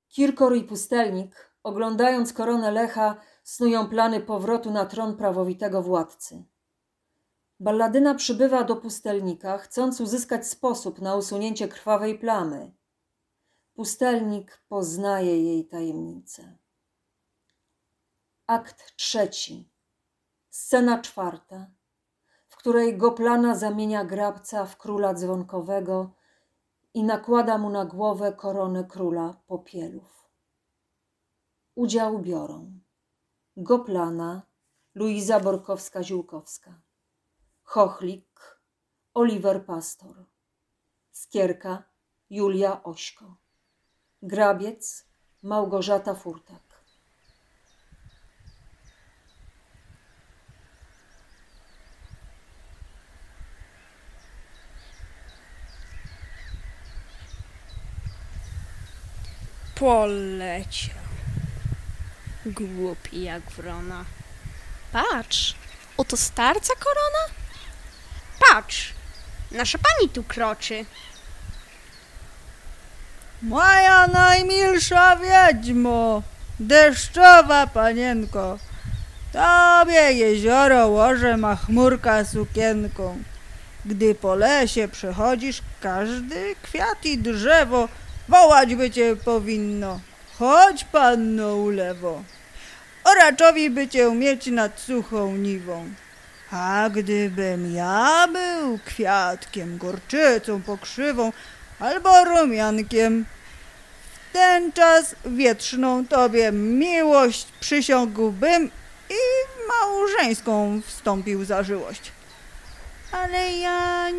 Kirkor i pustelnik, oglądając koronę Lecha, snują plany powrotu na tron prawowitego władcy. Balladyna przybywa do pustelnika, chcąc uzyskać sposób na usunięcie krwawej plamy. Pustelnik poznaje jej tajemnicę. Akt 3. Scena 4, w której Goplana zamienia Grabca w króla dzwonkowego i nakłada mu na głowę koronę króla popielów. Udział biorą Goplana, Luiza Borkowska-Ziółkowska, Chochlik, Oliver Pastor, Skierka, Julia Ośko, Grabiec, Małgorzata Furtak. Poleciał. Głupi jak wrona. Patrz, oto starca korona. Patrz, nasza pani tu kroczy. Moja najmilsza wiedźmo, deszczowa panienko, tobie jezioro łoże ma chmurka sukienką. Gdy po lesie przechodzisz, każdy kwiat i drzewo wołać by cię powinno. Chodź, panno ulewo, oraczowi by cię mieć nad suchą niwą. A gdybym ja był kwiatkiem, gorczycą pokrzywą albo rumiankiem, w ten czas wietrzną tobie miłość przysiągłbym i w małżeńską wstąpił zażyłość. Ale ja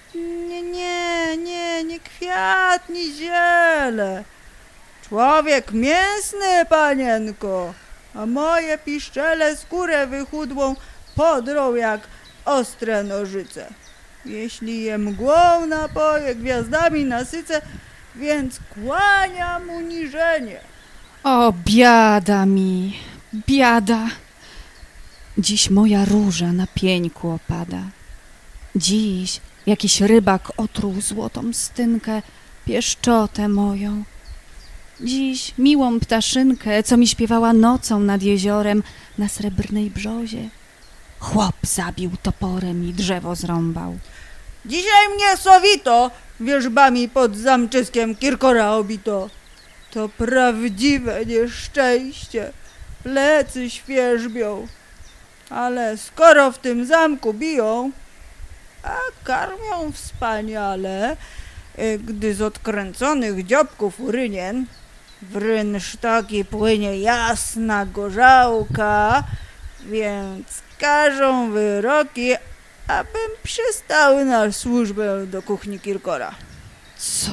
nie kwiat, ni ziele. Człowiek mięsny, panienko, a moje piszczele skórę wychudłą podrą jak ostre nożyce. Jeśli je mgłą napoję, gwiazdami nasycę, więc kłaniam uniżenie. O, biada mi, biada. Dziś moja róża na pieńku opada. Dziś jakiś rybak otruł złotą stynkę, pieszczotę moją. Dziś miłą ptaszynkę, co mi śpiewała nocą nad jeziorem na srebrnej brzozie, chłop zabił toporem i drzewo zrąbał. Dzisiaj mnie sowito wierzbami pod zamczyskiem Kirkora obito. To prawdziwe nieszczęście, plecy świerzbią. Ale skoro w tym zamku biją, a karmią wspaniale, gdy z odkręconych dziobków urynien w rynsztoki płynie jasna gorzałka, więc każą wyroki, abym przystał na służbę do kuchni Kirkora. Co?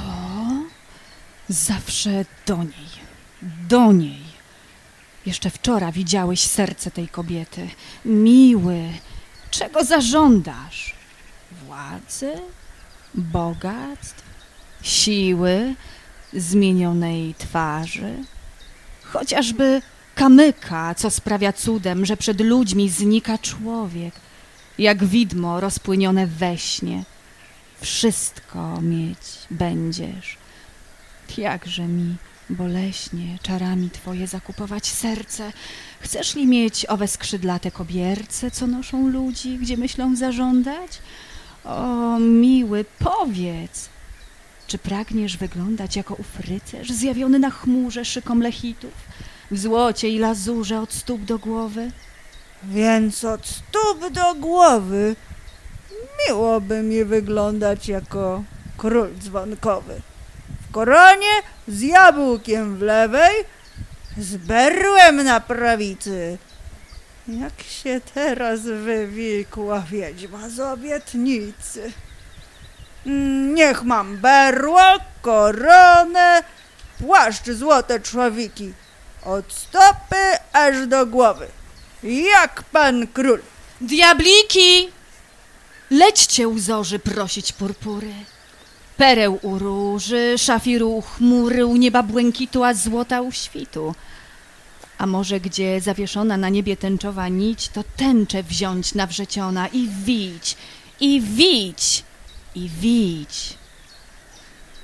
Zawsze do niej. Jeszcze wczoraj widziałeś serce tej kobiety. Miły, czego zażądasz? Władzy? Bogactw? Siły? Zmienionej twarzy? Chociażby kamyka, co sprawia cudem, że przed ludźmi znika człowiek, jak widmo rozpłynione we śnie. Wszystko mieć będziesz. Jakże mi boleśnie czarami twoje zakupować serce. Chcesz li mieć owe skrzydlate kobierce, co noszą ludzi, gdzie myślą zażądać? O, miły, powiedz, czy pragniesz wyglądać jako ów rycerz zjawiony na chmurze szykom lechitów, w złocie i lazurze od stóp do głowy? Więc od stóp do głowy miłoby mi wyglądać jako król dzwonkowy. W koronie z jabłkiem w lewej, z berłem na prawicy. Jak się teraz wywikła wiedźma z obietnicy. Niech mam berło, koronę, płaszcz złote człowiki, od stopy aż do głowy, jak pan król. Diabliki! Lećcie u zorzy prosić purpury, pereł u róży, szafiru u chmury, u nieba błękitu, a złota u świtu. A może gdzie zawieszona na niebie tęczowa nić, to tęczę wziąć nawrzeciona i wić, i wić, i wić.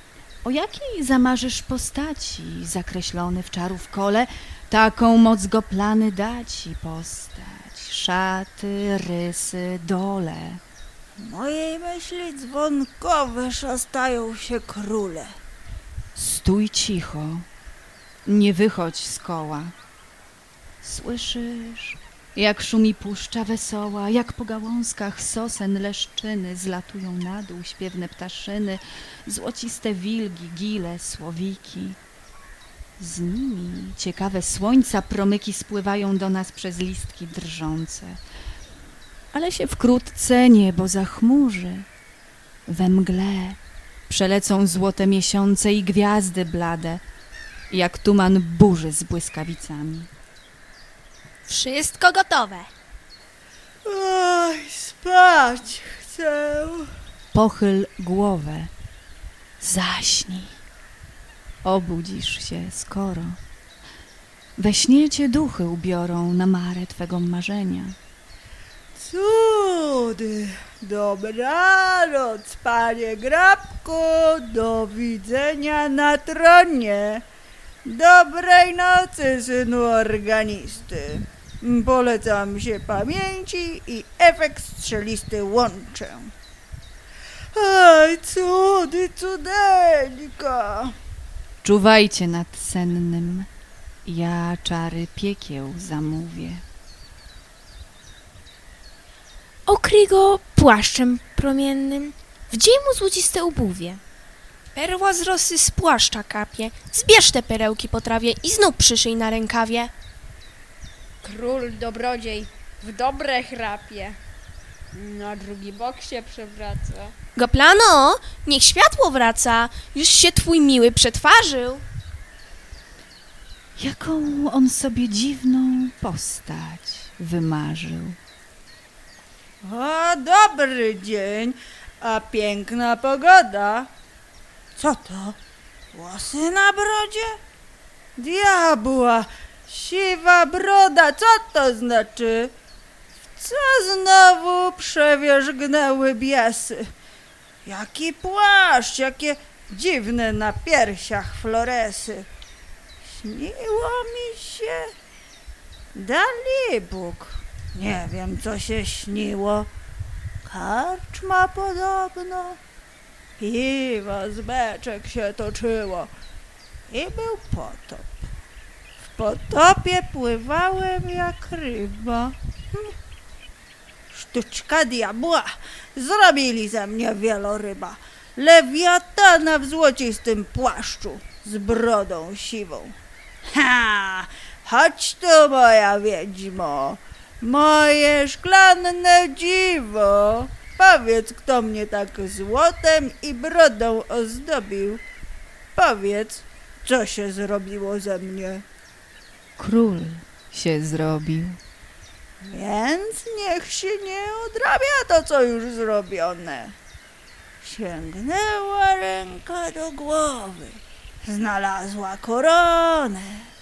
O jakiej zamarzysz postaci, zakreślony w czarów kole, taką moc go plany da ci postać, szaty, rysy, dole. W mojej myśli dzwonkowe szastają się króle. Stój cicho, nie wychodź z koła. Słyszysz, jak szumi puszcza wesoła, jak po gałązkach sosen leszczyny zlatują na dół śpiewne ptaszyny, złociste wilgi, gile, słowiki. Z nimi ciekawe słońca promyki spływają do nas przez listki drżące. Ale się wkrótce niebo zachmurzy. We mgle przelecą złote miesiące i gwiazdy blade, jak tuman burzy z błyskawicami. Wszystko gotowe. Oj, spać chcę. Pochyl głowę, zaśnij. Obudzisz się skoro. We śnie cię duchy ubiorą na marę twego marzenia. Cudy, dobranoc, panie Grabku, do widzenia na tronie. Dobrej nocy, synu organisty. Polecam się pamięci i efekt strzelisty łączę. Oj, cudy, cudeńka. Czuwajcie nad sennym, ja czary piekieł zamówię. Okryj go płaszczem promiennym, wdziej mu złociste ubuwie. Perła z rosy z płaszcza kapie, zbierz te perełki po trawie i znów przyszyj na rękawie. Król dobrodziej w dobre chrapie. Na drugi bok się przewraca. Goplano, niech światło wraca, już się twój miły przetwarzył. Jaką on sobie dziwną postać wymarzył. O, dobry dzień, a piękna pogoda. Co to? Włosy na brodzie? Diabła, siwa broda, co to znaczy? W co znowu przewierzgnęły biesy? Jaki płaszcz, jakie dziwne na piersiach floresy. Śniło mi się? Dalibóg. Nie wiem, co się śniło. Karczma podobno. Piwa z beczek się toczyło. I był potop. W potopie pływałem jak ryba. Sztuczka diabła. Zrobili ze mnie wieloryba. Lewiatana w złocistym płaszczu z brodą siwą. Ha! Chodź tu, moja wiedźmo. Moje szklanne dziwo, powiedz, kto mnie tak złotem i brodą ozdobił. Powiedz, co się zrobiło ze mnie. Król się zrobił. Więc niech się nie odrabia to, co już zrobione. Sięgnęła ręka do głowy, znalazła koronę.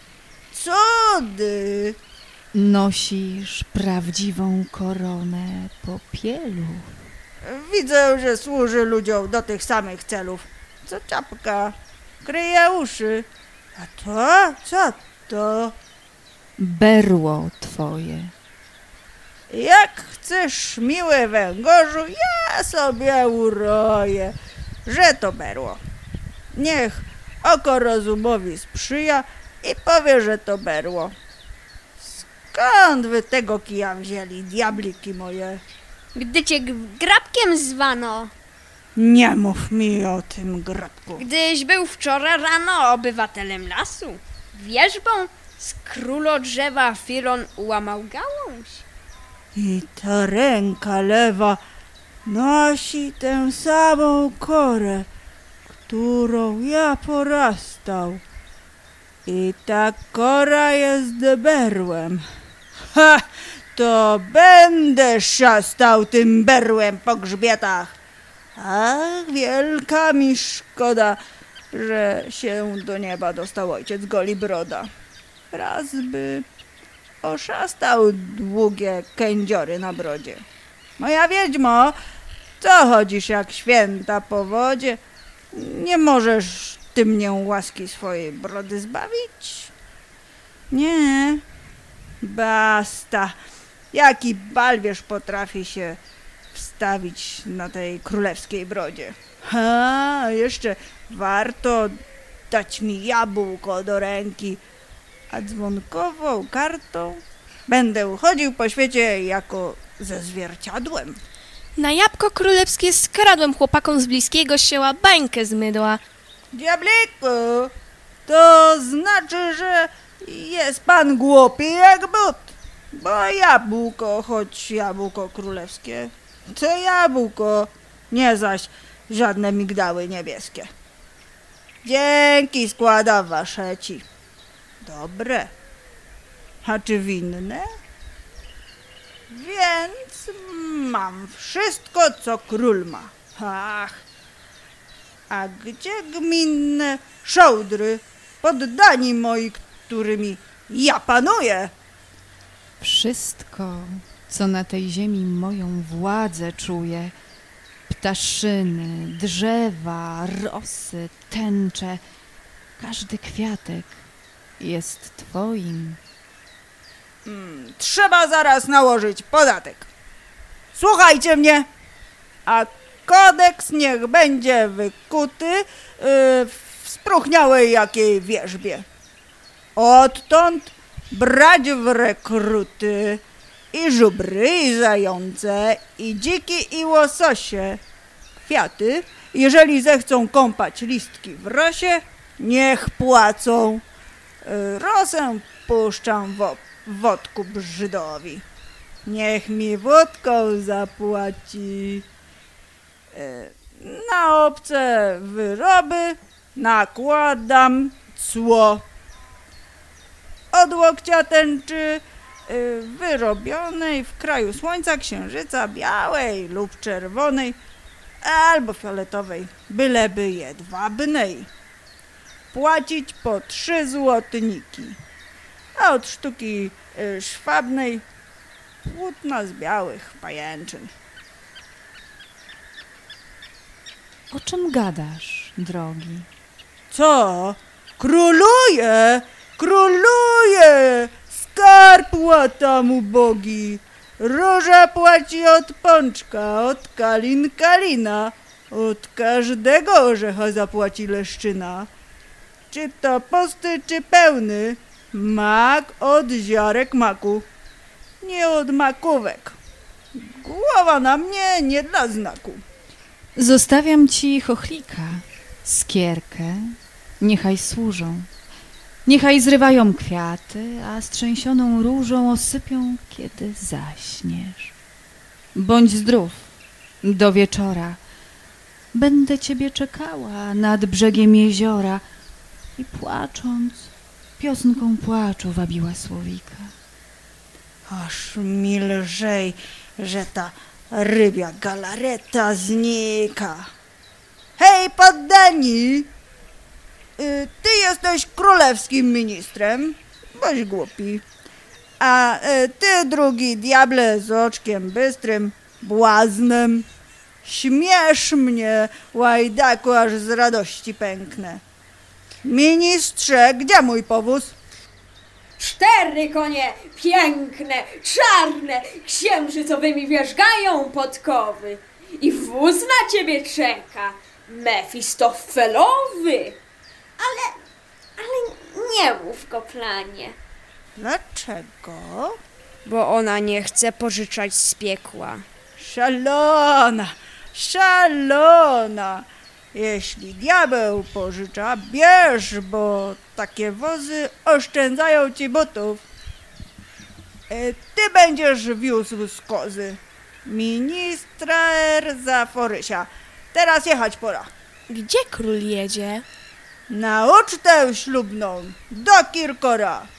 Cudy! Nosisz prawdziwą koronę popielu. Widzę, że służy ludziom do tych samych celów, co czapka. Kryje uszy. A to? Co to? Berło twoje. Jak chcesz, miły węgorzu, ja sobie uroję, że to berło. Niech oko rozumowi sprzyja i powie, że to berło. Skąd wy tego kija wzięli, diabliki moje? Gdy cię grabkiem zwano, Nie mów mi o tym, Grabku. gdyś był wczoraj rano obywatelem lasu, wierzbą z królodrzewa Firon ułamał gałąź. I ta ręka lewa nosi tę samą korę, którą ja porastał. I ta kora jest berłem. Ha! To będę szastał tym berłem po grzbietach. Ach, wielka mi szkoda, że się do nieba dostał ojciec Golibroda. Raz by oszastał długie kędziory na brodzie. Moja wiedźmo, co chodzisz jak święta po wodzie? Nie możesz ty mnie łaski swojej brody zbawić? Nie, basta. Jaki balwierz potrafi się wstawić na tej królewskiej brodzie? Jeszcze warto dać mi jabłko do ręki, a dzwonkową kartą będę chodził po świecie jako ze zwierciadłem. Na jabłko królewskie skradłem chłopakom z bliskiego sioła bańkę z mydła. Diabliku, to znaczy, że jest pan głupi jak but, bo jabłko, choć jabłko królewskie, to jabłko, nie zaś żadne migdały niebieskie. Dzięki składa waszeci. Dobre. A czy winne? Więc mam wszystko, co król ma. Ach, a gdzie gminne szołdry, poddani moi, którymi ja panuję? Wszystko, co na tej ziemi moją władzę czuje, ptaszyny, drzewa, rosy, tęcze, każdy kwiatek jest twoim. Trzeba zaraz nałożyć podatek. Słuchajcie mnie, a kodeks niech będzie wykuty w spróchniałej jakiej wierzbie. Odtąd brać w rekruty i żubry, i zające, i dziki, i łososie. Kwiaty, jeżeli zechcą kąpać listki w rosie, niech płacą. Rosę puszczam w wodku brzydowi. Niech mi wódką zapłaci. Na obce wyroby nakładam cło. Od łokcia tęczy wyrobionej w kraju słońca, księżyca, białej lub czerwonej albo fioletowej, byleby jedwabnej. Płacić po 3 złotniki, a od sztuki szwabnej płótna z białych pajęczyn. O czym gadasz, drogi? Co? Króluje! Króluje! Skarb łatam ubogi. Róża płaci od pączka, od kalin kalina, od każdego orzecha zapłaci leszczyna. Czy to pusty, czy pełny, mak od ziarek maku, nie od makówek. Głowa na mnie nie dla znaku. Zostawiam ci chochlika, skierkę, niechaj służą. Niechaj zrywają kwiaty, a strzęsioną różą osypią, kiedy zaśniesz. Bądź zdrów, do wieczora. Będę ciebie czekała nad brzegiem jeziora i płacząc, piosnką płaczu wabiła słowika. Aż mi lżej, że ta rybia galareta znika. Hej, poddani! Ty jesteś królewskim ministrem, boś głupi. A ty, drugi diable z oczkiem bystrym, błaznem. Śmiesz mnie, łajdaku, aż z radości pęknę. Ministrze, gdzie mój powóz? 4 konie, piękne, czarne, księżycowymi wierzgają podkowy. I wóz na ciebie czeka, mefistofelowy. Ale nie mów koplanie. Dlaczego? Bo ona nie chce pożyczać z piekła. Szalona, szalona. Jeśli diabeł pożycza, bierz, bo takie wozy oszczędzają ci butów. Ty będziesz wiózł z kozy. Minister za Forysia. Teraz jechać pora. Gdzie król jedzie? Na ucztę ślubną do Kirkora.